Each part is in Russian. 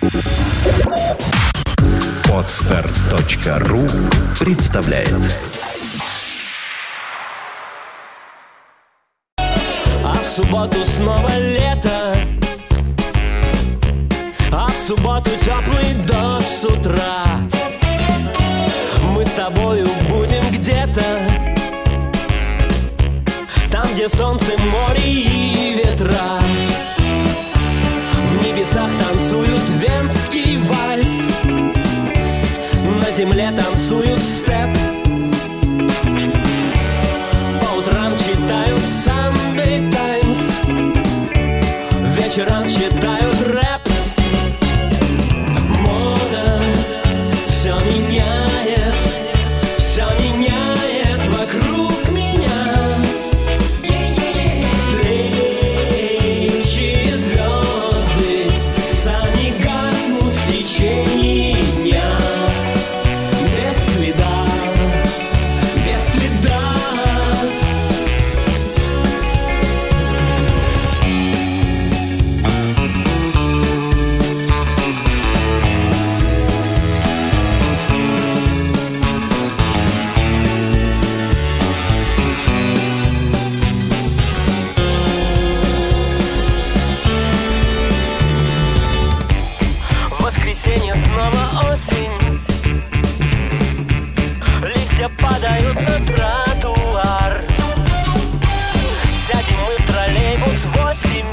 Podster.ru представляет. А в субботу снова лето, а в субботу теплый дождь с утра. Мы с тобою будем где-то там, где солнце, море и ветра. В небесах танцуют венский вальс, на земле танцуют степ. По утрам читают Sunday Times, вечерам читают рэп. Мода все меняет вокруг меня. Тлеющие звезды сами гаснут в течение дня. Без следа, без следа. В воскресенье снова осень, листья падают на тротуар. Сядем мы в троллейбус 8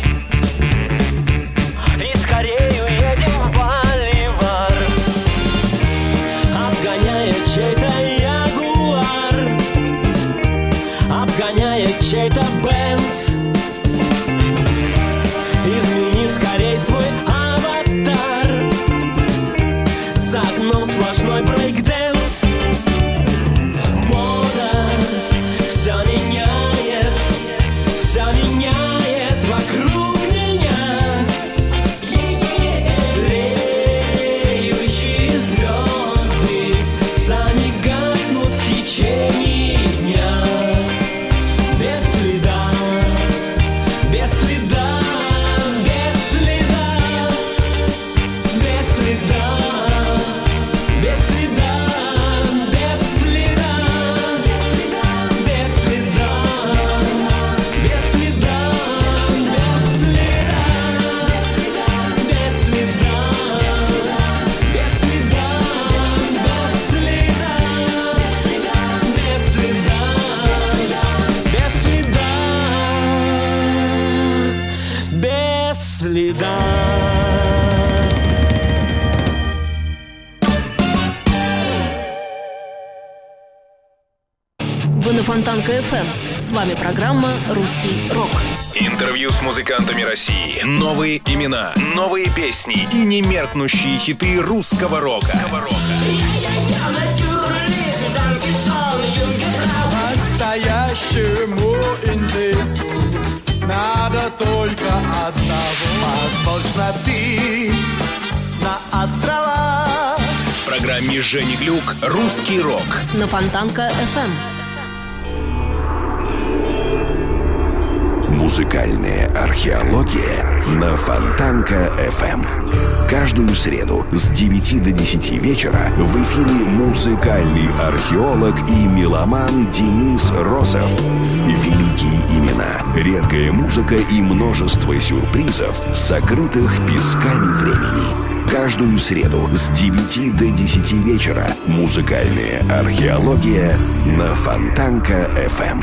и скорее уедем в Боливар, обгоняя чей-то ягуар, обгоняя чей-то Бенц. Измени скорей свой аватар, за окном сплошной брейк-дэнс. Мода все меняет вокруг меня. Тлеющие звезды сами гаснут в течение дня. Без следа, без следа, без следа, без следа, без следа, без следа, без следа, без следа, без следа, без следа, без следа, без следа, без следа, без следа. Вы на Фонтанка FM. С вами программа «Русский рок». Интервью с музыкантами России. Новые имена, новые песни и немеркнущие хиты русского рока. Настоящему индейцу надо только одного. Возможно, ты на островах. В программе Жени Глюк «Русский рок». На Фонтанка FM. Музыкальная археология на Фонтанка FM. Каждую среду с 9 до 10 вечера в эфире музыкальный археолог и меломан Денис Росов. Великие имена, редкая музыка и множество сюрпризов, сокрытых песками времени. Каждую среду с 9 до 10 вечера музыкальная археология на Фонтанка FM.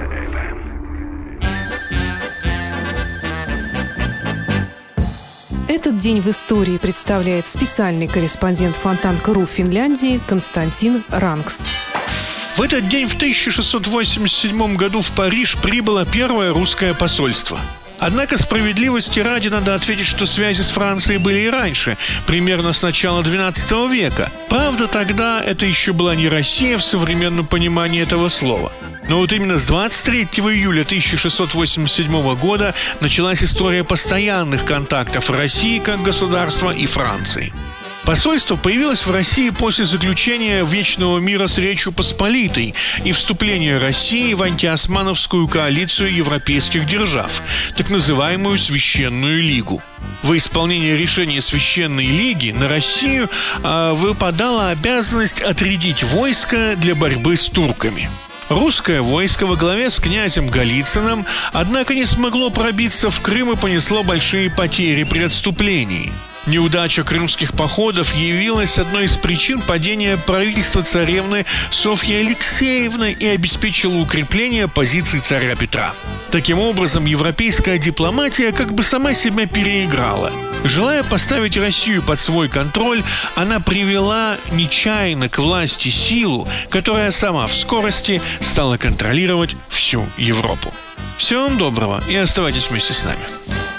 Этот день в истории представляет специальный корреспондент Фонтанка.ру в Финляндии Константин Ранкс. В этот день в 1687 году в Париж прибыло первое русское посольство. Однако справедливости ради надо ответить, что связи с Францией были и раньше, примерно с начала XII века. Правда, тогда это еще была не Россия в современном понимании этого слова. Но вот именно с 23 июля 1687 года началась история постоянных контактов России как государства и Франции. Посольство появилось в России после заключения Вечного мира с Речью Посполитой и вступления России в антиосмановскую коалицию европейских держав, так называемую Священную Лигу. Во исполнение решения Священной Лиги на Россию выпадала обязанность отрядить войско для борьбы с турками. Русское войско во главе с князем Голицыным, однако, не смогло пробиться в Крым и понесло большие потери при отступлении. Неудача крымских походов явилась одной из причин падения правительства царевны Софьи Алексеевны и обеспечила укрепление позиций царя Петра. Таким образом, европейская дипломатия как бы сама себя переиграла. Желая поставить Россию под свой контроль, она привела нечаянно к власти силу, которая сама в скорости стала контролировать всю Европу. Всего вам доброго и оставайтесь вместе с нами.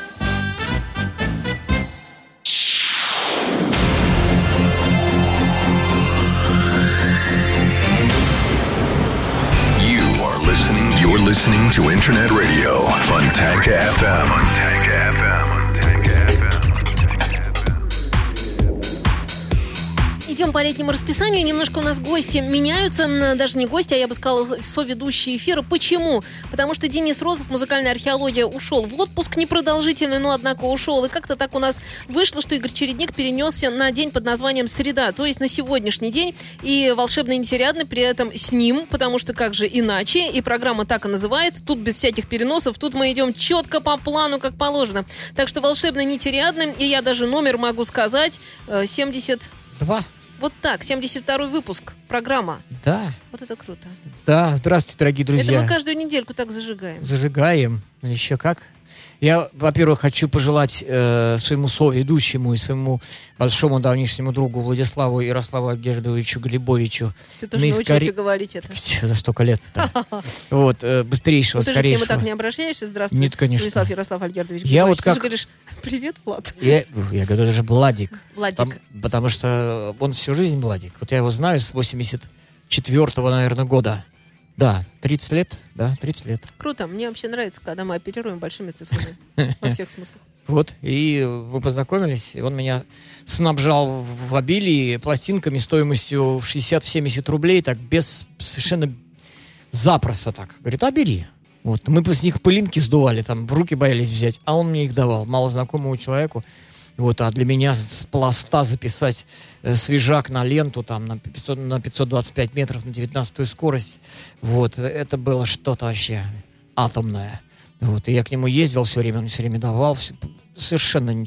You're listening to Internet Radio Fontanka FM. Идем по летнему расписанию. Немножко у нас гости меняются. Даже не гости, а я бы сказала, соведущие эфира. Почему? Потому что Денис Розов, музыкальная археология, ушел в отпуск непродолжительный, но, однако, ушел. И как-то так у нас вышло, что Игорь Чередник перенесся на день под названием «Среда», то есть на сегодняшний день. И «Волшебно нетериадно» при этом с ним, потому что как же иначе. И программа так и называется. Тут без всяких переносов. Тут мы идем четко по плану, как положено. Так что «Волшебно нетериадно». И я даже номер могу сказать. 72. Вот так, 72-й выпуск, программа. Да. Вот это круто. Да, здравствуйте, дорогие друзья. Это мы каждую недельку так зажигаем. Зажигаем, еще как. Я, во-первых, хочу пожелать своему соведущему и своему большому давнишнему другу Владиславу Ярославу Альгердовичу Глебовичу. Ты тоже научился говорить это. За столько лет-то. Вот, быстрейшего, скорейшего. Ты же к нему так не обращаешься? Здравствуй, нет, конечно. Владислав Ярослав Альгердович Глебович. Я вот как... Ты же говоришь, привет, Влад. Я говорю даже Владик. Владик. Потому что он всю жизнь Владик. Вот я его знаю с 84-го, наверное, года. Да, 30 лет, да, 30 лет. Круто, мне вообще нравится, когда мы оперируем большими цифрами во всех смыслах. Вот, и мы познакомились, и он меня снабжал в обилии пластинками стоимостью в 60-70 рублей, так без, совершенно запросто так. Говорит, бери. Вот, мы с них пылинки сдували, там, в руки боялись взять, а он мне их давал, малознакомому человеку. Вот, а для меня с пласта записать свежак на ленту там, на 525 метров на 19-ю скорость, вот, это было что-то вообще атомное. Вот, и я к нему ездил все время, он все время давал, совершенно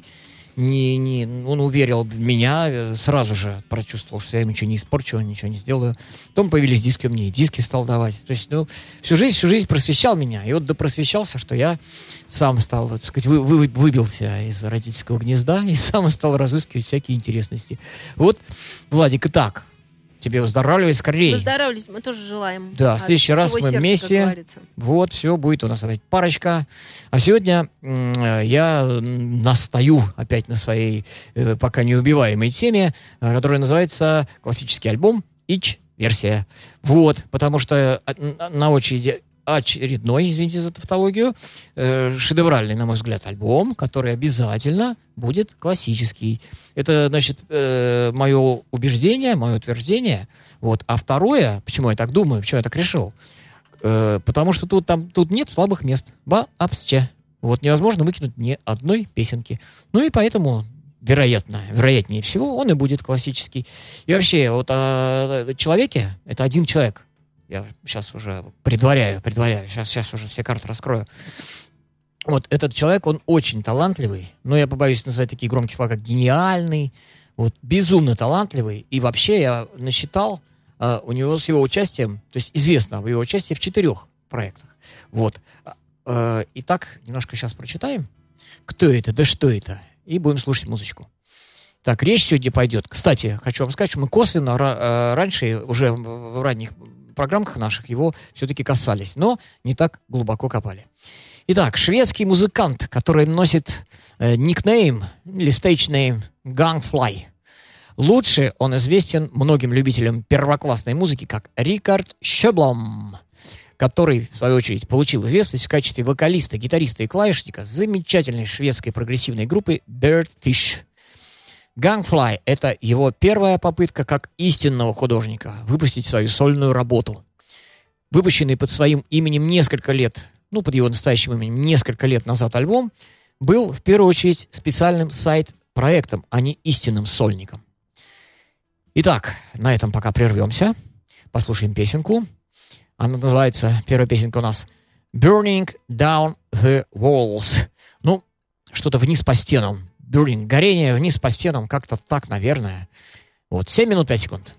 он уверил в меня, сразу же прочувствовал, что я ему ничего не испорчу, ничего не сделаю. Потом появились диски, он мне диски стал давать. То есть, всю жизнь просвещал меня. И вот допросвещался, что я сам стал, так сказать, выбился из родительского гнезда и сам стал разыскивать всякие интересности. Вот, Владик, итак, тебе выздоравливай скорее. Выздоравливать мы тоже желаем. Да, в следующий раз мы вместе. Вот, все, будет у нас опять парочка. А сегодня я настаю опять на своей пока неубиваемой теме, которая называется «Классический альбом ИЧ-версия». Вот, потому что на очереди очередной, извините за тавтологию, шедевральный, на мой взгляд, альбом, который обязательно будет классический. Это, значит, мое убеждение, мое утверждение. Вот. А второе, почему я так думаю, почему я так решил, потому что тут нет слабых мест. Вообще. Вот невозможно выкинуть ни одной песенки. Ну и поэтому, вероятнее всего, он и будет классический. И вообще, вот о человеке, это один человек. Я сейчас уже предваряю. Сейчас уже все карты раскрою. Вот этот человек, он очень талантливый. Но я побоюсь назвать такие громкие слова, как гениальный. Вот, безумно талантливый. И вообще я насчитал у него с его участием, то есть известно об его участии в 4 проектах. Вот. Итак, немножко сейчас прочитаем. Кто это, да что это? И будем слушать музычку. Так, речь сегодня пойдет. Кстати, хочу вам сказать, что мы косвенно раньше, уже в ранних программах наших его все-таки касались, но не так глубоко копали. Итак, шведский музыкант, который носит никнейм или стейдж-нейм Gangfly. Лучше он известен многим любителям первоклассной музыки как Рикард Шёблом, который, в свою очередь, получил известность в качестве вокалиста, гитариста и клавишника замечательной шведской прогрессивной группы Birdfish. Gangfly — это его первая попытка как истинного художника выпустить свою сольную работу. Выпущенный под своим именем несколько лет, под его настоящим именем несколько лет назад альбом, был в первую очередь специальным сайт-проектом, а не истинным сольником. Итак, на этом пока прервемся. Послушаем песенку. Она называется, первая песенка у нас «Burning Down the Walls». Что-то вниз по стенам. Burning, горение вниз по стенам, как-то так, наверное. 7 минут 5 секунд.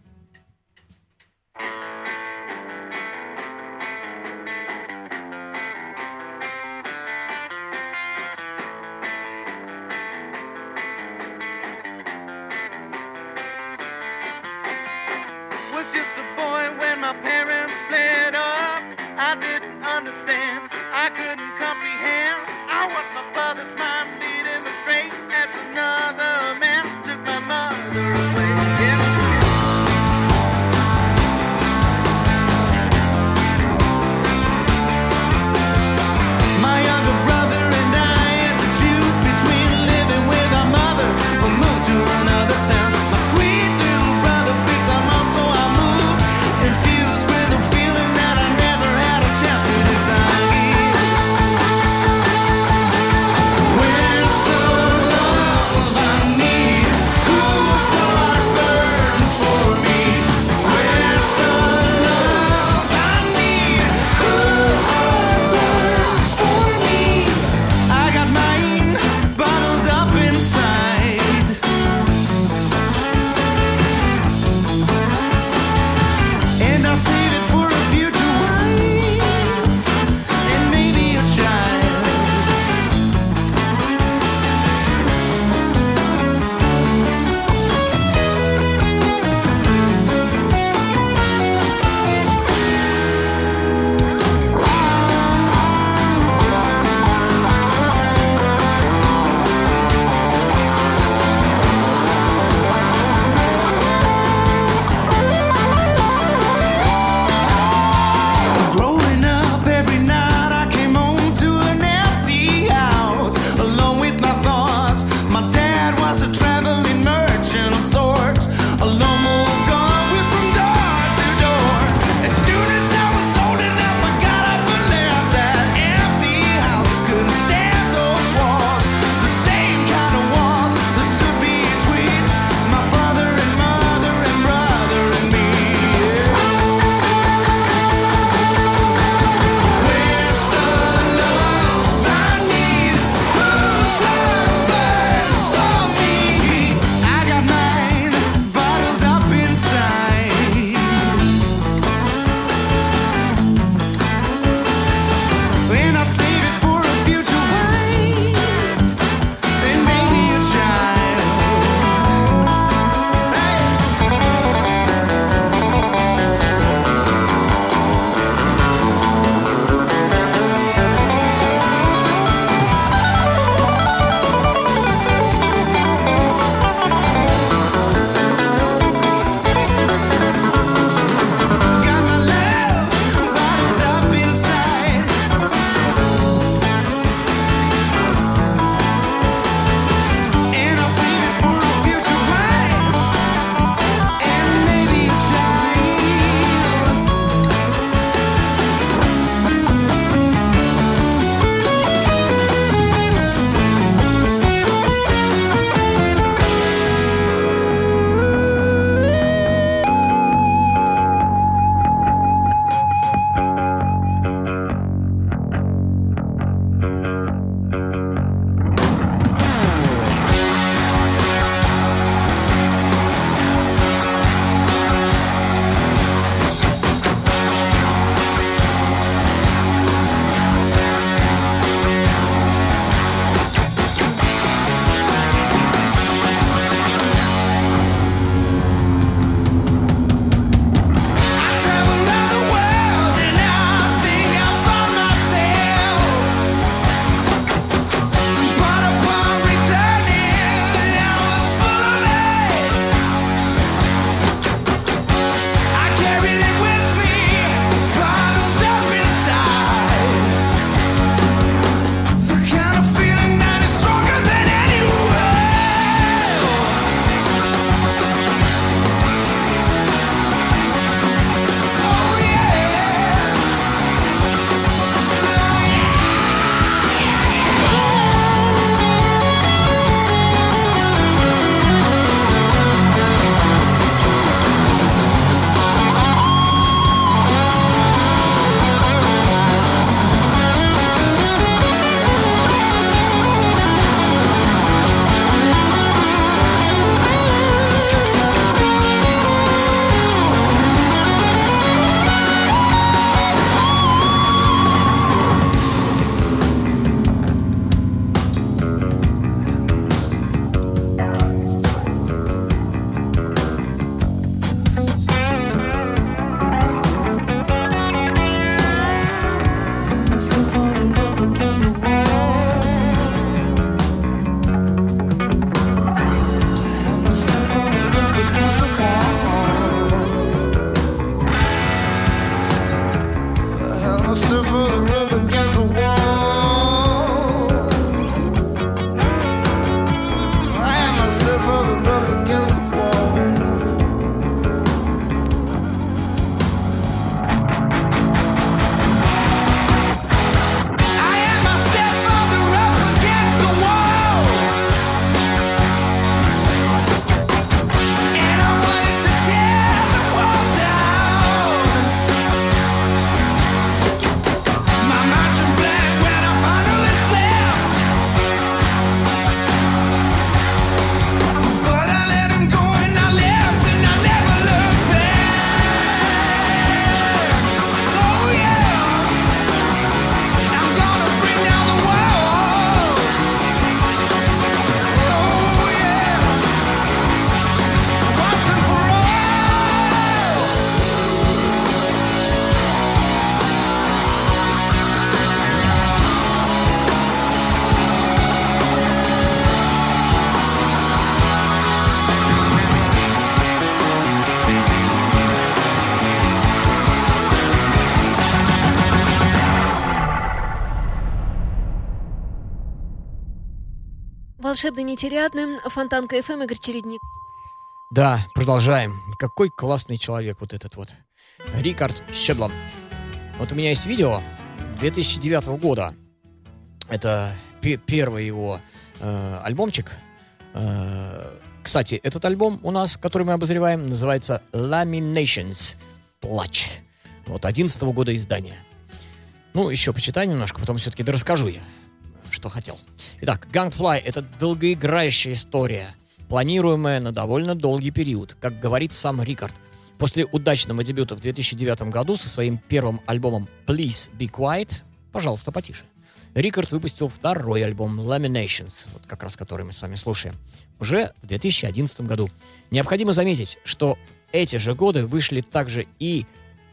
волшебный, нетерядный. Фонтанка ФМ, Игорь Чередник. Да, продолжаем. Какой классный человек вот этот вот. Рикард Шеблом. Вот у меня есть видео 2009 года. Это первый его альбомчик. Кстати, этот альбом у нас, который мы обозреваем, называется Laminations. Плач. Вот 11 года издания. Ну, еще почитаю немножко, потом все-таки расскажу я, что хотел. Итак, Gangfly — это долгоиграющая история, планируемая на довольно долгий период. Как говорит сам Рикард, после удачного дебюта в 2009 году со своим первым альбомом Please Be Quiet, пожалуйста, потише, Рикард выпустил второй альбом Laminations, вот как раз который мы с вами слушаем, уже в 2011 году. Необходимо заметить, что в эти же годы вышли также и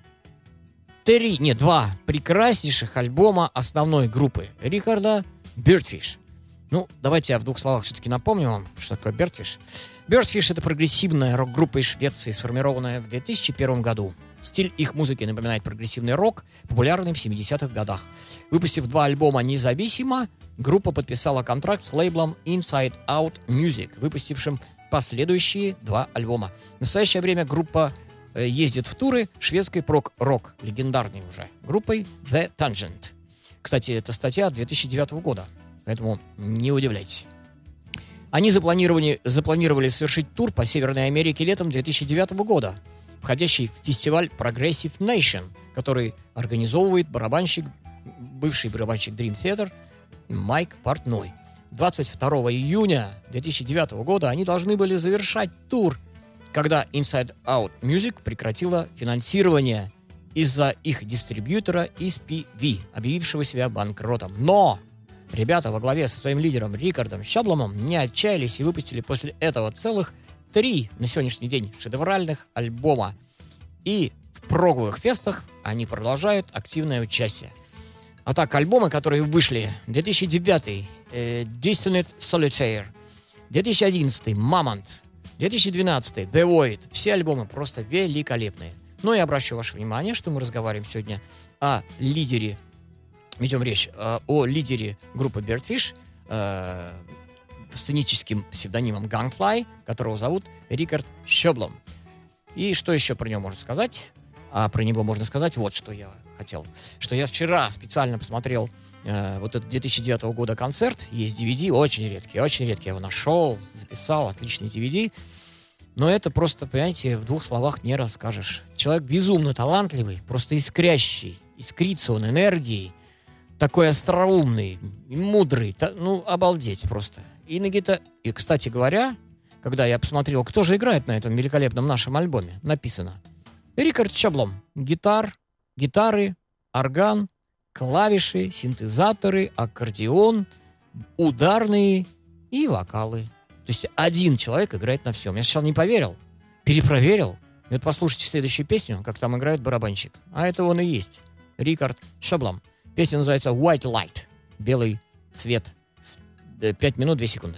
два прекраснейших альбома основной группы Рикарда Birdfish. Ну, давайте я в двух словах все-таки напомню вам, что такое Birdfish. Birdfish — это прогрессивная рок-группа из Швеции, сформированная в 2001 году. Стиль их музыки напоминает прогрессивный рок, популярный в 70-х годах. Выпустив 2 альбома независимо, группа подписала контракт с лейблом Inside Out Music, выпустившим последующие 2 альбома. В настоящее время группа ездит в туры шведской прог-рок, легендарной уже группой The Tangent. Кстати, это статья 2009 года, поэтому не удивляйтесь. Они запланировали совершить тур по Северной Америке летом 2009 года, входящий в фестиваль Progressive Nation, который организовывает бывший барабанщик Dream Theater Майк Портной. 22 июня 2009 года они должны были завершать тур, когда Inside Out Music прекратила финансирование из-за их дистрибьютора SPV, объявившего себя банкротом. Но ребята во главе со своим лидером Рикардом Шебломом не отчаялись и выпустили после этого целых 3 на сегодняшний день шедевральных альбома. И в проговых фестах они продолжают активное участие. А так, альбомы, которые вышли: 2009 Distant Solitaire, 2011 Mammoth, 2012 The Void. Все альбомы просто великолепные. Но я обращу ваше внимание, что мы разговариваем сегодня о лидере, ведем речь о лидере группы Birdfish, сценическим псевдонимом Gangfly, которого зовут Рикард Шеблом. И что еще про него можно сказать? А про него можно сказать вот что я хотел. Что я вчера специально посмотрел вот этот 2009 года концерт. Есть DVD, очень редкий. Я его нашел, записал, отличный DVD. Но это просто, понимаете, в 2 словах не расскажешь. Человек безумно талантливый, просто искрящий, искрится он энергией, такой остроумный, мудрый, ну, обалдеть просто. И, кстати говоря, когда я посмотрел, кто же играет на этом великолепном нашем альбоме, написано: Рикард Шеблом. Гитары, орган, клавиши, синтезаторы, аккордеон, ударные и вокалы. То есть один человек играет на всем. Я сначала не поверил, перепроверил. И вот послушайте следующую песню, как там играет барабанщик. А это он и есть. Рикард Шеблом. Песня называется White Light. Белый цвет. 5 минут 2 секунды.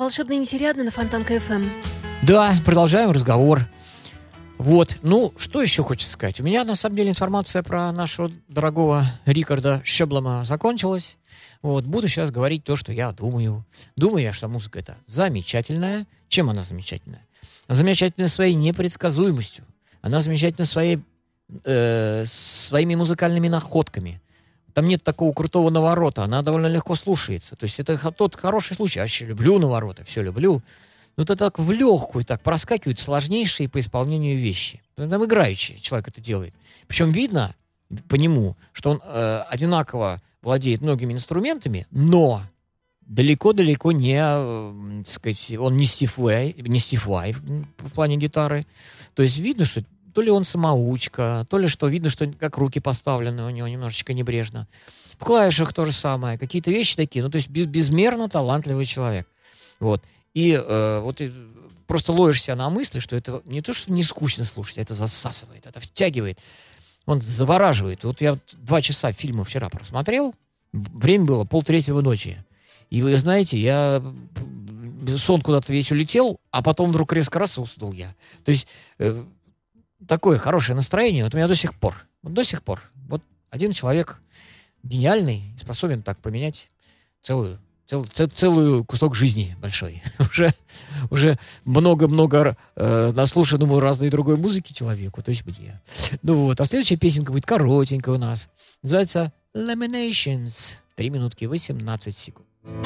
волшебные нетериадны на Фонтанка FM. Да, продолжаем разговор. Вот, ну, что еще хочется сказать? У меня, на самом деле, информация про нашего дорогого Рикарда Шеблома закончилась. Вот, буду сейчас говорить то, что я думаю. Думаю я, что музыка эта замечательная. Чем она замечательная? Она замечательна своей непредсказуемостью. Она замечательна своими музыкальными находками. Там нет такого крутого наворота. Она довольно легко слушается. То есть это тот хороший случай. Я вообще люблю навороты, все люблю. Но это так в легкую так проскакивают сложнейшие по исполнению вещи. Там играючи человек это делает. Причем видно по нему, что он одинаково владеет многими инструментами, но далеко-далеко не, так сказать, он не Стив Vai в плане гитары. То есть видно, что то ли он самоучка, то ли что видно, что как руки поставлены у него немножечко небрежно. В клавишах то же самое. Какие-то вещи такие. Ну, то есть безмерно талантливый человек. Вот. И просто ловишься на мысли, что это не то, что не скучно слушать, это засасывает, это втягивает. Он завораживает. Вот я 2 часа фильма вчера просмотрел. Время было 2:30 ночи. И вы знаете, сон куда-то весь улетел, а потом вдруг резко раз уснул я. То есть такое хорошее настроение вот у меня до сих пор. Вот один человек гениальный, способен так поменять целую кусок жизни большой. Уже много-много наслушан, думаю, разной другой музыки человеку, то есть мне. Ну вот, а следующая песенка будет коротенькая у нас. Называется Laminations. 3 минутки 18 секунд.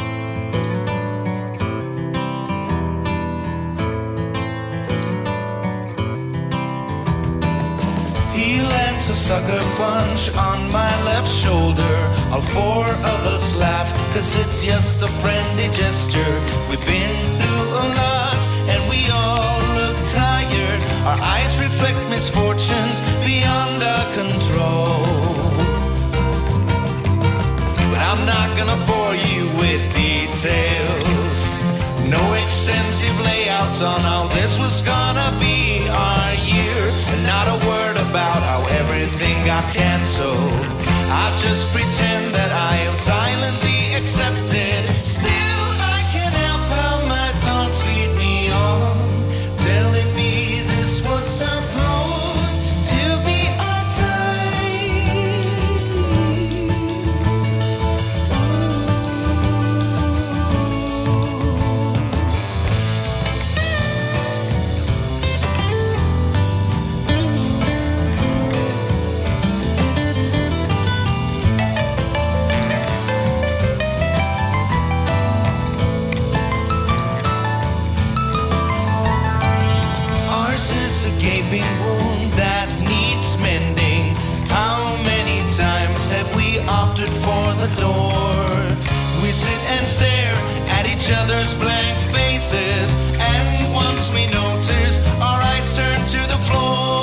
He lands a sucker punch on my left shoulder. All 4 of us laugh, 'cause it's just a friendly gesture. We've been through a lot, and we all look tired. Our eyes reflect misfortunes beyond our control. But I'm not gonna bore you with details. No extensive layouts on how this was gonna be our year. And not a word about how everything got canceled. I'll just pretend that I have silently accepted. Still I can't help how my thoughts lead me on, telling me this was supposed to be our time. Gaping wound that needs mending. How many times have we opted for the door? We sit and stare at each other's blank faces, and once we notice, our eyes turn to the floor.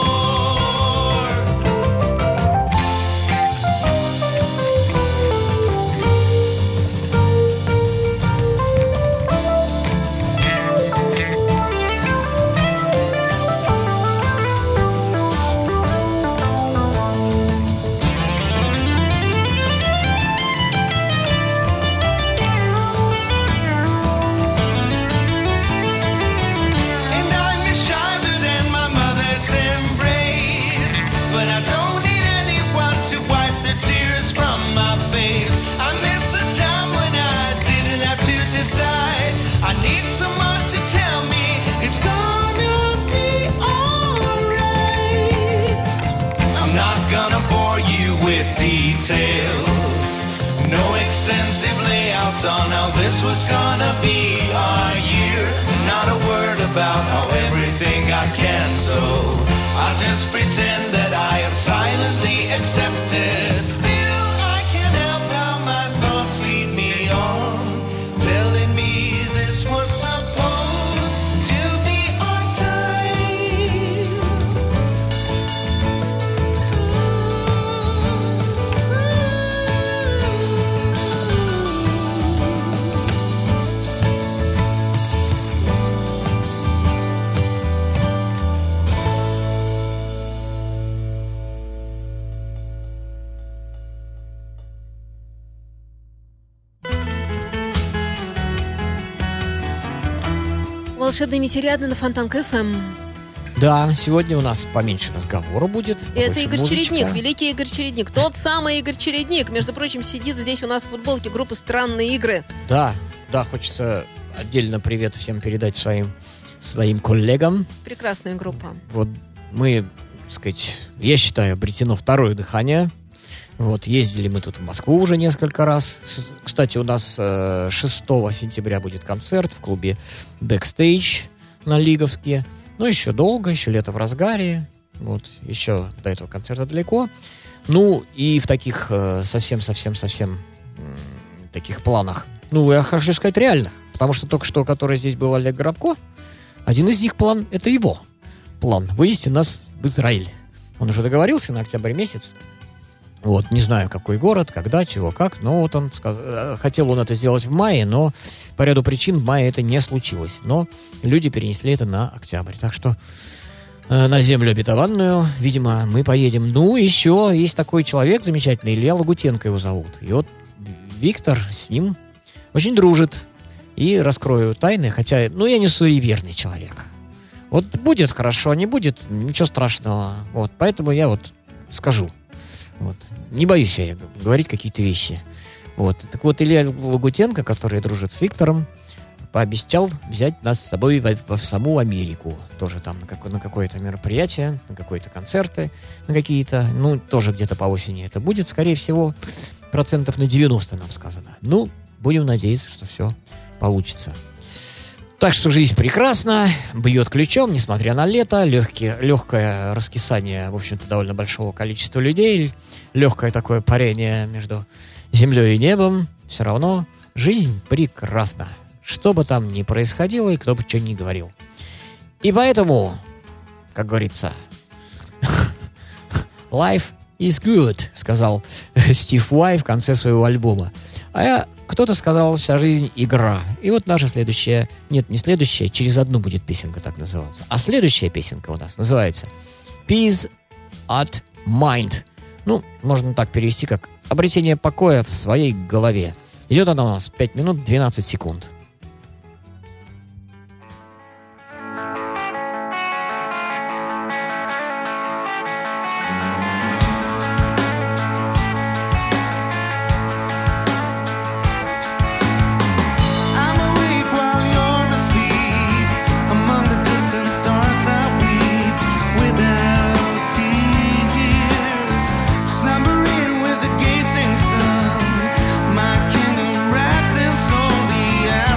Details, no extensive layouts on how this was gonna be our year. Not a word about how everything got canceled. I'll just pretend that I have silently accepted. Still I can't help how my thoughts lead me on, telling me this was supposed to be our time. волшебной нетериадны на Фонтанка FM. Да, сегодня у нас поменьше разговора будет. И это Игорь музычка. Чередник, великий Игорь Чередник. Тот самый Игорь Чередник. Между прочим, сидит здесь у нас в футболке группы «Странные игры». Да, хочется отдельно привет всем передать своим коллегам. Прекрасная группа. Вот мы, так сказать, я считаю, обретено второе дыхание. Вот, ездили мы тут в Москву уже несколько раз. Кстати, у нас 6 сентября будет концерт в клубе «Бэкстейдж» на Лиговске. Ну, еще долго, еще лето в разгаре. Вот, еще до этого концерта далеко. Ну, и в таких совсем таких планах. Ну, я хочу сказать, реальных. Потому что только что, который здесь был Олег Горобко, один из них план, это его план. Вывести нас в Израиль. Он уже договорился на октябрь месяц. Вот, не знаю, какой город, когда, чего, как. Но вот он хотел он это сделать в мае, но по ряду причин в мае это не случилось. Но люди перенесли это на октябрь. Так что на землю обетованную, видимо, мы поедем. Ну, еще есть такой человек замечательный, Илья Лагутенко его зовут. И вот Виктор с ним очень дружит. И раскрою тайны, хотя, я не суеверный человек. Вот будет хорошо, не будет, ничего страшного. Вот, поэтому я вот скажу. Вот. Не боюсь я говорить какие-то вещи. Вот. Так вот, Илья Лагутенко, который дружит с Виктором, пообещал взять нас с собой в саму Америку. Тоже там на какое-то мероприятие, на какие-то концерты, на какие-то, тоже где-то по осени это будет, скорее всего, 90% нам сказано. Будем надеяться, что все получится. Так что жизнь прекрасна, бьет ключом, несмотря на лето, легкое раскисание, в общем-то, довольно большого количества людей, легкое такое парение между землей и небом. Все равно жизнь прекрасна, что бы там ни происходило и кто бы что ни говорил. И поэтому, как говорится, life is good, сказал Стив Vai в конце своего альбома. Кто-то сказал, вся жизнь игра. И вот наша следующая, нет, не следующая, через одну будет песенка так называться. А следующая песенка у нас называется Peace at Mind. Можно так перевести, как обретение покоя в своей голове. Идет она у нас 5 минут 12 секунд. Slumbering with the gazing sun, my kingdom rises on the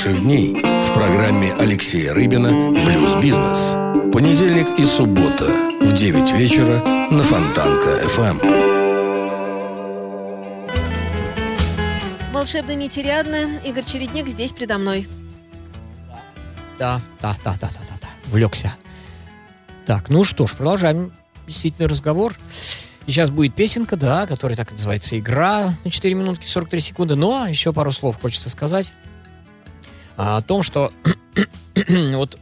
ваших дней в программе Алексея Рыбина «Блюз-бизнес». Понедельник и суббота в 9 вечера на Фонтанка-ФМ. Волшебно нетерядно. Игорь Чередник здесь предо мной. Да. Влекся. Так, ну что ж, продолжаем действительно разговор. И сейчас будет песенка, да, которая так и называется «Игра» на 4 минутки 43 секунды. Но еще пару слов хочется сказать о том, что вот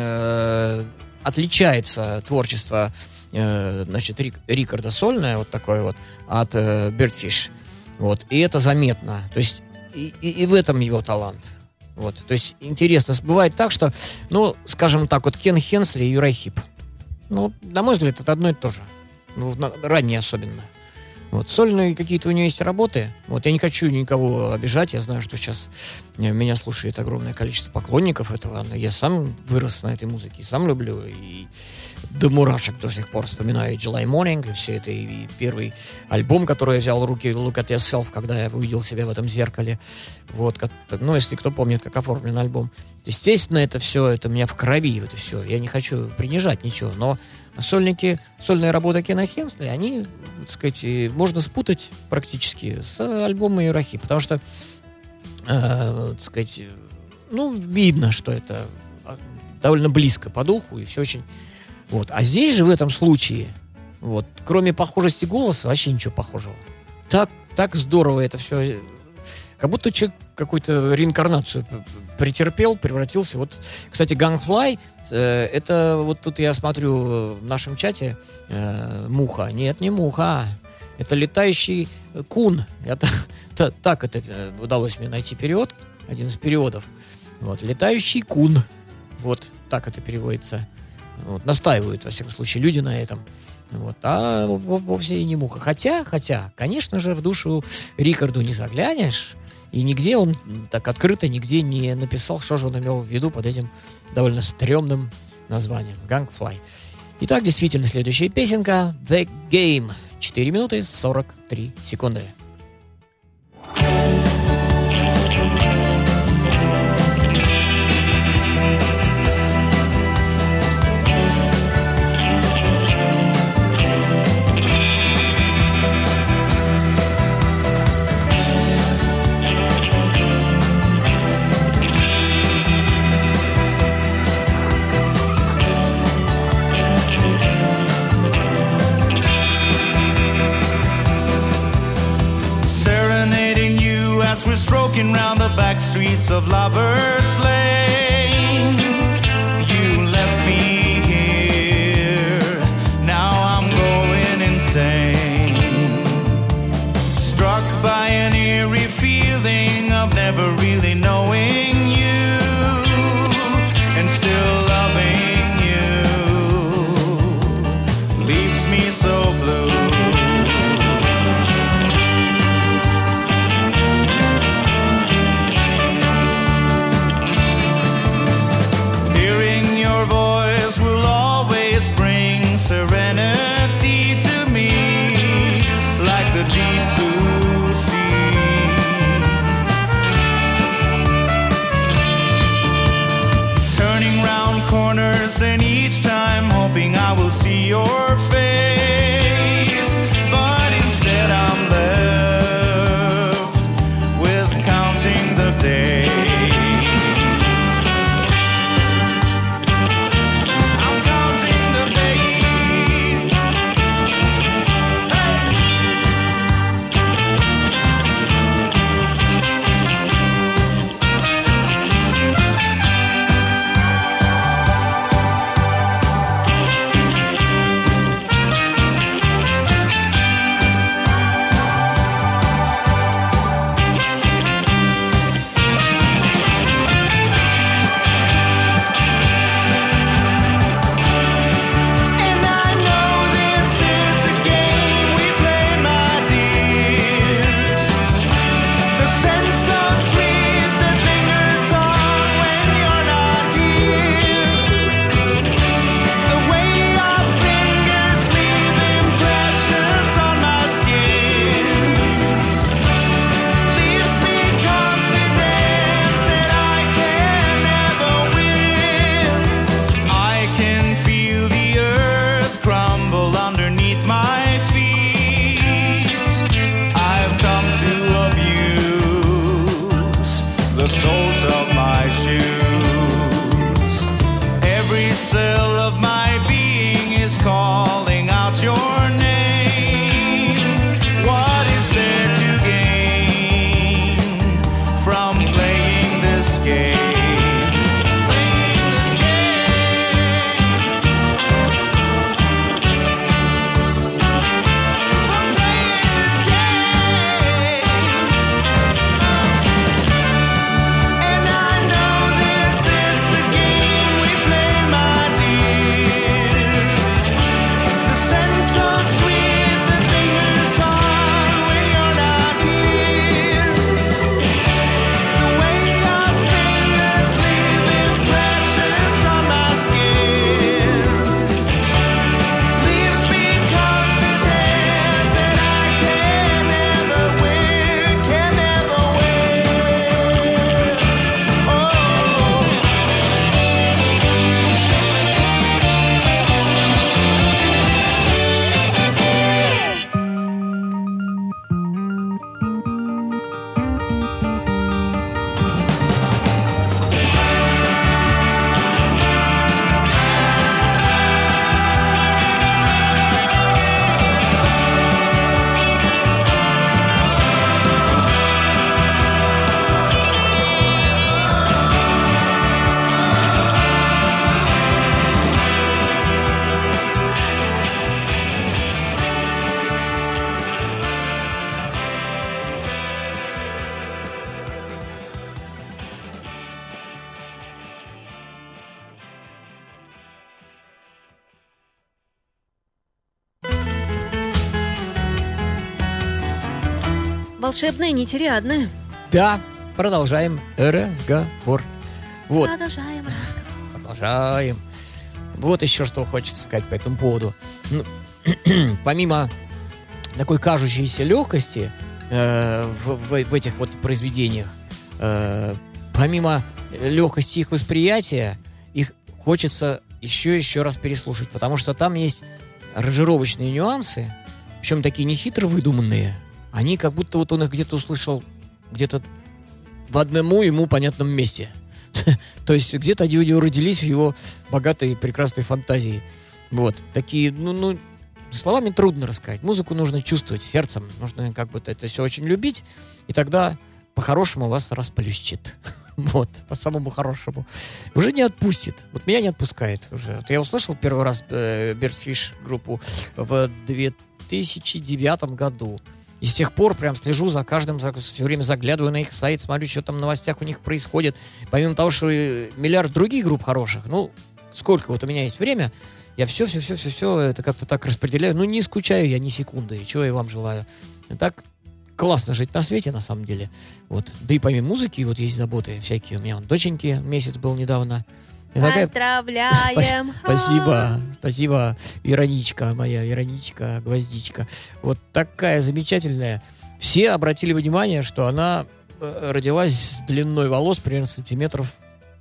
отличается творчество значит, Рикарда сольное, вот такое вот, от Birdfish. Вот, и это заметно. То есть и в этом его талант. Вот, то есть интересно, бывает так, что, ну, скажем так, вот Кен Хенсли и Юрай Хип. Ну, на мой взгляд, это одно и то же. Ну, ранее особенно. Вот, сольные какие-то у него есть работы. Вот, я не хочу никого обижать. Я знаю, что сейчас меня слушает огромное количество поклонников этого. Но я сам вырос на этой музыке, сам люблю. И до мурашек до сих пор вспоминаю July Morning, и все это, и первый альбом, который я взял в руки, Look at Yourself, когда я увидел себя в этом зеркале. Вот, ну, если кто помнит, как оформлен альбом. Естественно, это все, это у меня в крови, это все. Я не хочу принижать ничего, но сольные работы Кена Хенсли, они, так сказать, можно спутать практически с альбомом Юрахи, потому что, так сказать, ну, видно, что это довольно близко по духу, и все очень... Вот. А здесь же, в этом случае, вот, кроме похожести голоса, вообще ничего похожего. Так здорово это все... Как будто человек какую-то реинкарнацию претерпел, превратился. Вот, кстати, Gangfly, это вот тут я смотрю в нашем чате, муха. Нет, не муха, это летающий кун. Так это удалось мне найти перевод, один из переводов. Вот, летающий кун. Вот, так это переводится. Вот, настаивают, во всяком случае, люди на этом. Вот, а вовсе и не муха. Хотя, конечно же, в душу Рикарду не заглянешь. И нигде он так открыто, нигде не написал, что же он имел в виду под этим довольно стрёмным названием. Gangfly. Итак, действительно, следующая песенка The Game. 4 минуты 43 секунды. We're stroking round the back streets of Lover's Lane. You left me here, now I'm going insane. Struck by an eerie feeling of never really knowing you and still loving you leaves me so blue. Will always bring serenity to me, like the deep blue sea. Turning round corners and each time hoping I will see your face, but instead I'm left with counting the days. Every cell of my being is calling out your name. What is there to gain from playing this game? Волшебная нетериадная. Да, продолжаем разговор. Вот. Продолжаем разговор. Продолжаем. Вот еще что хочется сказать по этому поводу. Ну, помимо такой кажущейся легкости в этих вот произведениях, помимо легкости их восприятия, их хочется еще раз переслушать, потому что там есть аранжировочные нюансы, причем такие нехитро выдуманные. Они как будто вот он их где-то услышал, где-то в одному ему понятном месте. То есть где-то они у него родились в его богатой и прекрасной фантазии. Вот. Такие, словами трудно рассказать. Музыку нужно чувствовать сердцем. Нужно как бы это все очень любить. И тогда по-хорошему вас расплющит. Вот. По-самому хорошему. Уже не отпустит. Вот меня не отпускает уже. Вот я услышал первый раз Birdfish группу в 2009 году. И с тех пор прям слежу за каждым, все время заглядываю на их сайт, смотрю, что там в новостях у них происходит. Помимо того, что миллиард других групп хороших, сколько вот у меня есть время, я все это как-то так распределяю. Не скучаю я ни секунды, и чего я вам желаю. Так классно жить на свете, на самом деле. Вот. Да и помимо музыки, вот есть заботы всякие. У меня доченьки месяц был недавно. Поздравляем! Спасибо, Вероничка, моя Вероничка, гвоздичка. Вот такая замечательная. Все обратили внимание, что она родилась с длиной волос примерно сантиметров,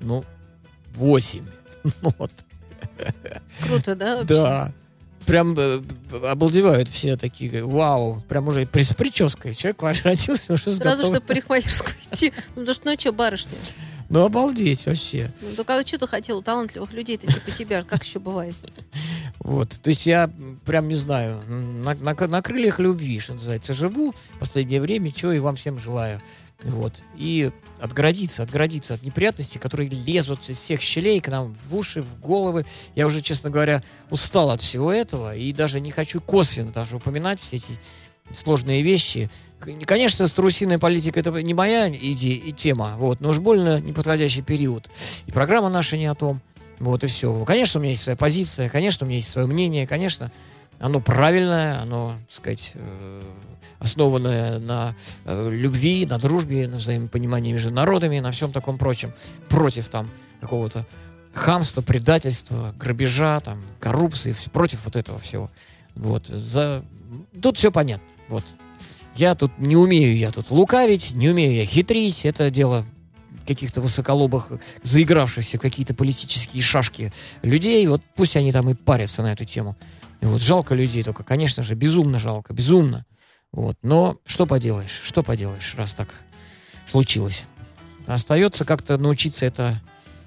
8. Вот. Круто, да? Вообще? Да. Прям обалдевают все такие. Вау, прям уже с прической. Человек родился уже с сразу, чтобы в парикмахерскую идти. Потому что, барышня? Обалдеть вообще. Только что ты хотел у талантливых людей-то типа тебя, как еще бывает? Вот, то есть я прям не знаю, на крыльях любви, что называется, живу в последнее время, чего и вам всем желаю. Вот. И отгородиться от неприятностей, которые лезут из всех щелей к нам в уши, в головы. Я уже, честно говоря, устал от всего этого и даже не хочу косвенно даже упоминать все эти сложные вещи. Конечно, страусиная политика — это не моя тема, вот, но уж больно неподходящий период. И программа наша не о том. Вот и все. Конечно, у меня есть своя позиция, конечно, у меня есть свое мнение, конечно, оно правильное, оно, так сказать, основанное на любви, на дружбе, на взаимопонимании между народами, на всем таком прочем. Против там какого-то хамства, предательства, грабежа, там, коррупции, против вот этого всего. Вот. Тут все понятно. Вот. Я тут не умею лукавить, не умею я хитрить. Это дело каких-то высоколобых, заигравшихся в какие-то политические шашки людей. Вот пусть они там и парятся на эту тему. И вот жалко людей только, конечно же, безумно жалко, безумно. Вот. Но что поделаешь, раз так случилось. Остается как-то научиться это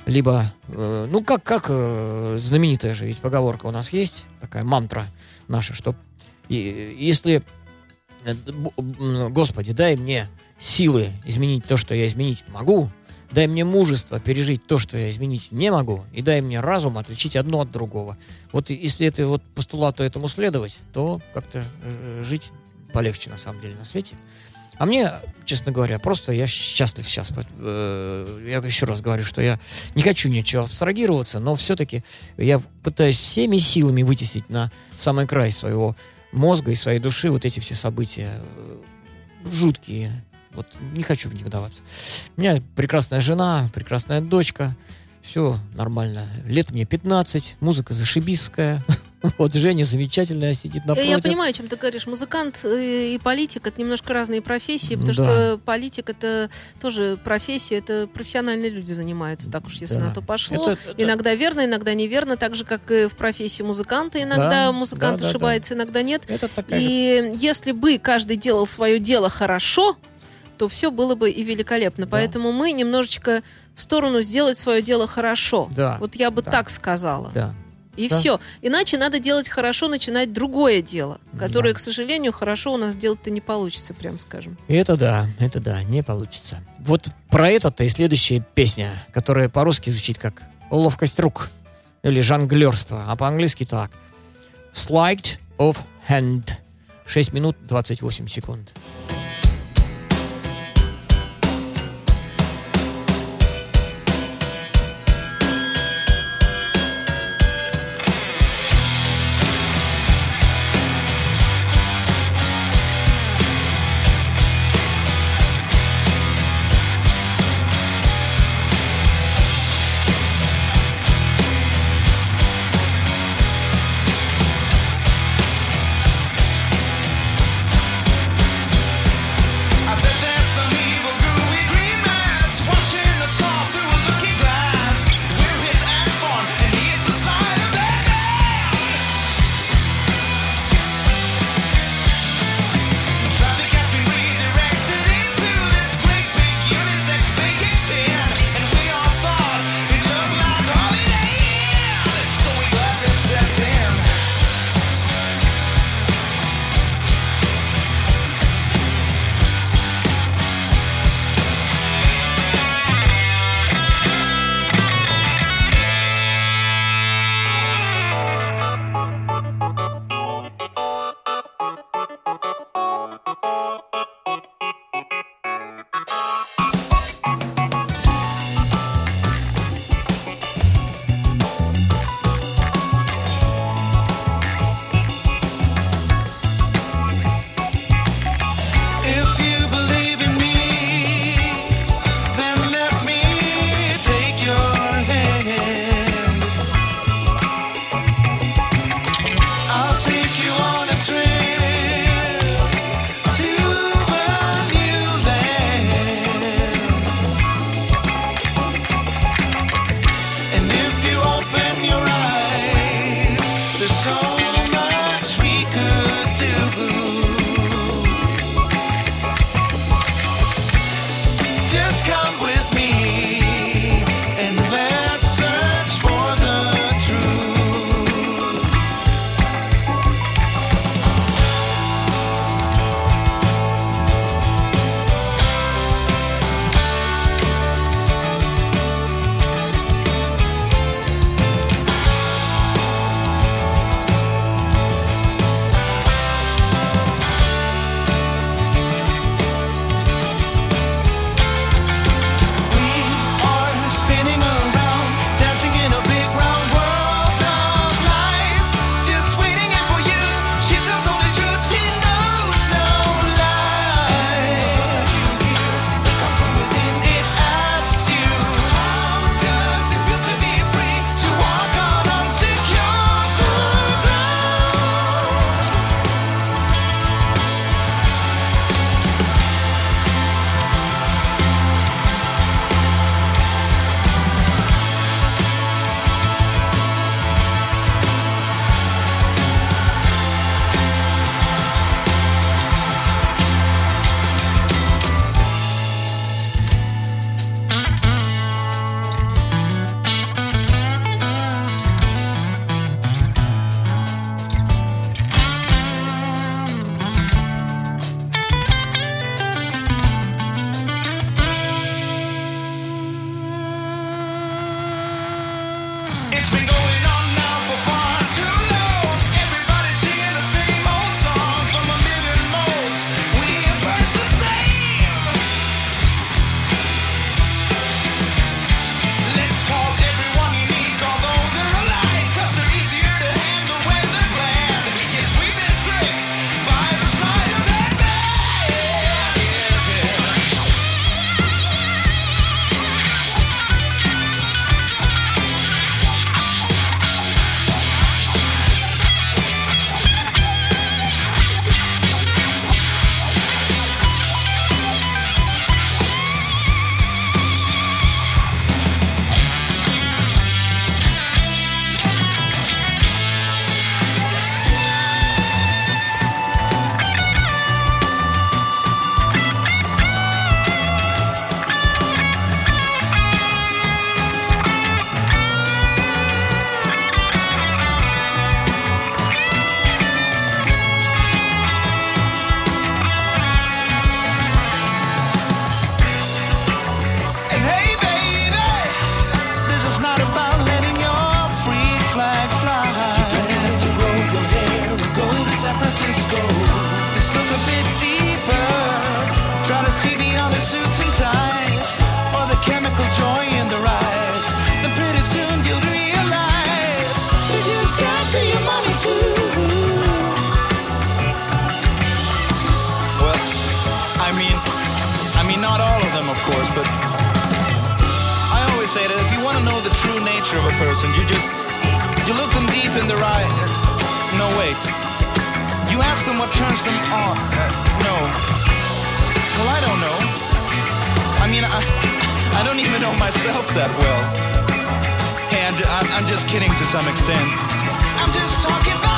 либо, как знаменитая же ведь поговорка у нас есть, такая мантра наша, что если, Господи, дай мне силы изменить то, что я изменить могу, дай мне мужество пережить то, что я изменить не могу, и дай мне разум отличить одно от другого. Вот если это вот постулату этому следовать, то как-то жить полегче на самом деле на свете. А мне, честно говоря, просто я счастлив сейчас. Я еще раз говорю, что я не хочу ничего абстрагироваться, но все-таки я пытаюсь всеми силами вытеснить на самый край своего мозга и своей души вот эти все события жуткие. Вот не хочу в них вдаваться. У меня прекрасная жена, прекрасная дочка. Все нормально. Лет мне 15, музыка зашибистская. Вот Женя замечательная сидит напротив. Я понимаю, о чем ты говоришь. Музыкант и политик — это немножко разные профессии, потому что политик — это тоже профессия, это профессиональные люди занимаются, так уж если на то пошло. Иногда верно, иногда неверно, так же, как и в профессии музыканта. Иногда музыкант ошибается, иногда нет. И если бы каждый делал свое дело хорошо, то все было бы и великолепно. Поэтому мы немножечко в сторону сделать свое дело хорошо. Вот я бы так сказала. И все. Иначе надо делать хорошо, начинать другое дело, которое, к сожалению, хорошо у нас делать-то не получится, прям скажем. Это да, не получится. Вот про это-то и следующая песня, которая по-русски звучит как «Ловкость рук» или «Жонглерство», а по-английски так «Sleight of hand». 6 минут 28 секунд. know the true nature of a person. You look them deep in their eye. No, wait. You ask them what turns them on. No. Well, I don't know. I mean, I don't even know myself that well. Hey, I'm just kidding to some extent. I'm just talking about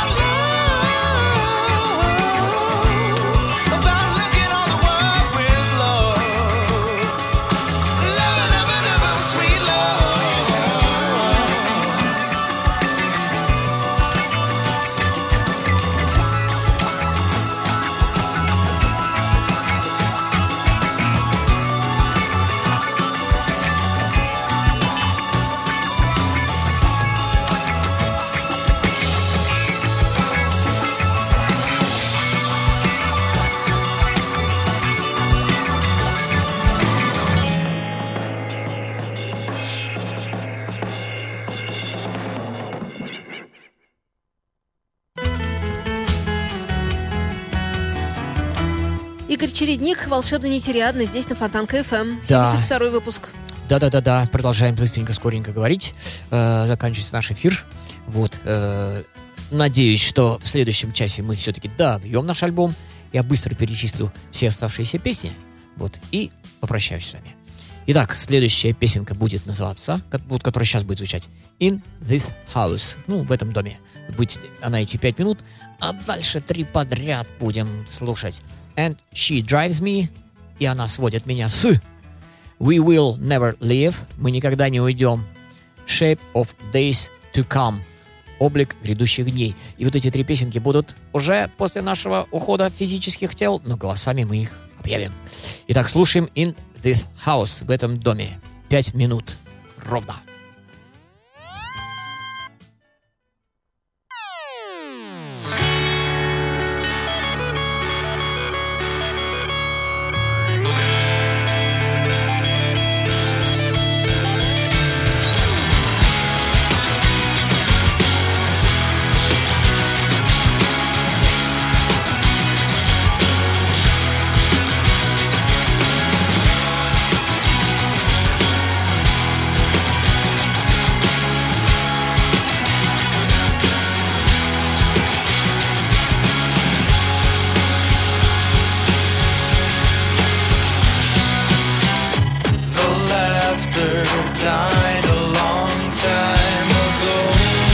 Игорь Чередник, «Волшебно нетериадно», здесь на Фонтанка FM. Да. 72-й выпуск. Да. Продолжаем быстренько, скоренько говорить. Заканчивается наш эфир. Вот. Надеюсь, что в следующем часе мы все-таки добьем наш альбом. Я быстро перечислю все оставшиеся песни. Вот. И попрощаюсь с вами. Итак, следующая песенка будет называться, которая сейчас будет звучать, In This House. Ну, в этом доме. Будет она идти 5 минут. А дальше 3 подряд будем слушать. And She Drives Me. И она сводит меня с We Will Never Leave. Мы никогда не уйдем. Shape of Days to Come. Облик грядущих дней. И вот эти 3 песенки будут уже после нашего ухода физических тел, но голосами мы их объявим. Итак, слушаем In This House. В этом доме. 5 минут ровно. Died a long time ago.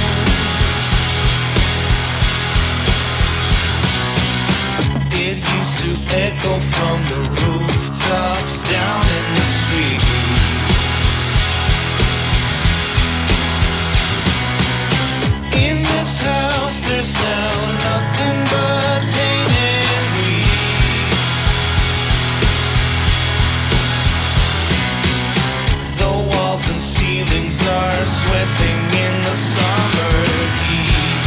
It used to echo from the rooftops down in the street. In this house there's now nothing but pain and grief. And ceilings are sweating in the summer heat.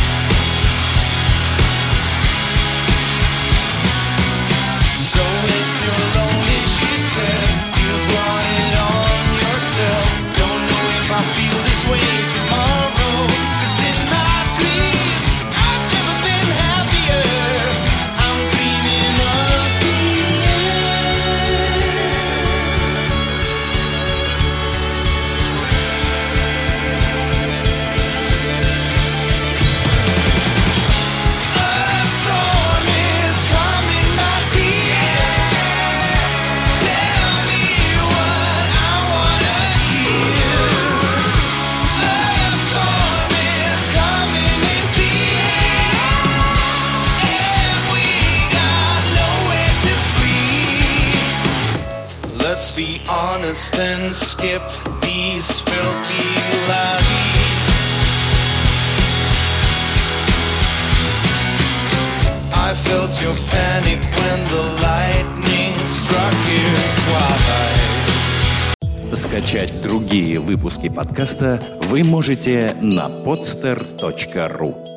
So if you're lonely, she said, you brought it on yourself. Don't know if I feel this way tomorrow, 'cause in my dreams I've never been happier. I'm dreaming of the Let's be honest and skip these filthy lies. I felt your panic when the lightning struck you twice. Скачать другие выпуски подкаста вы можете на podster.ru.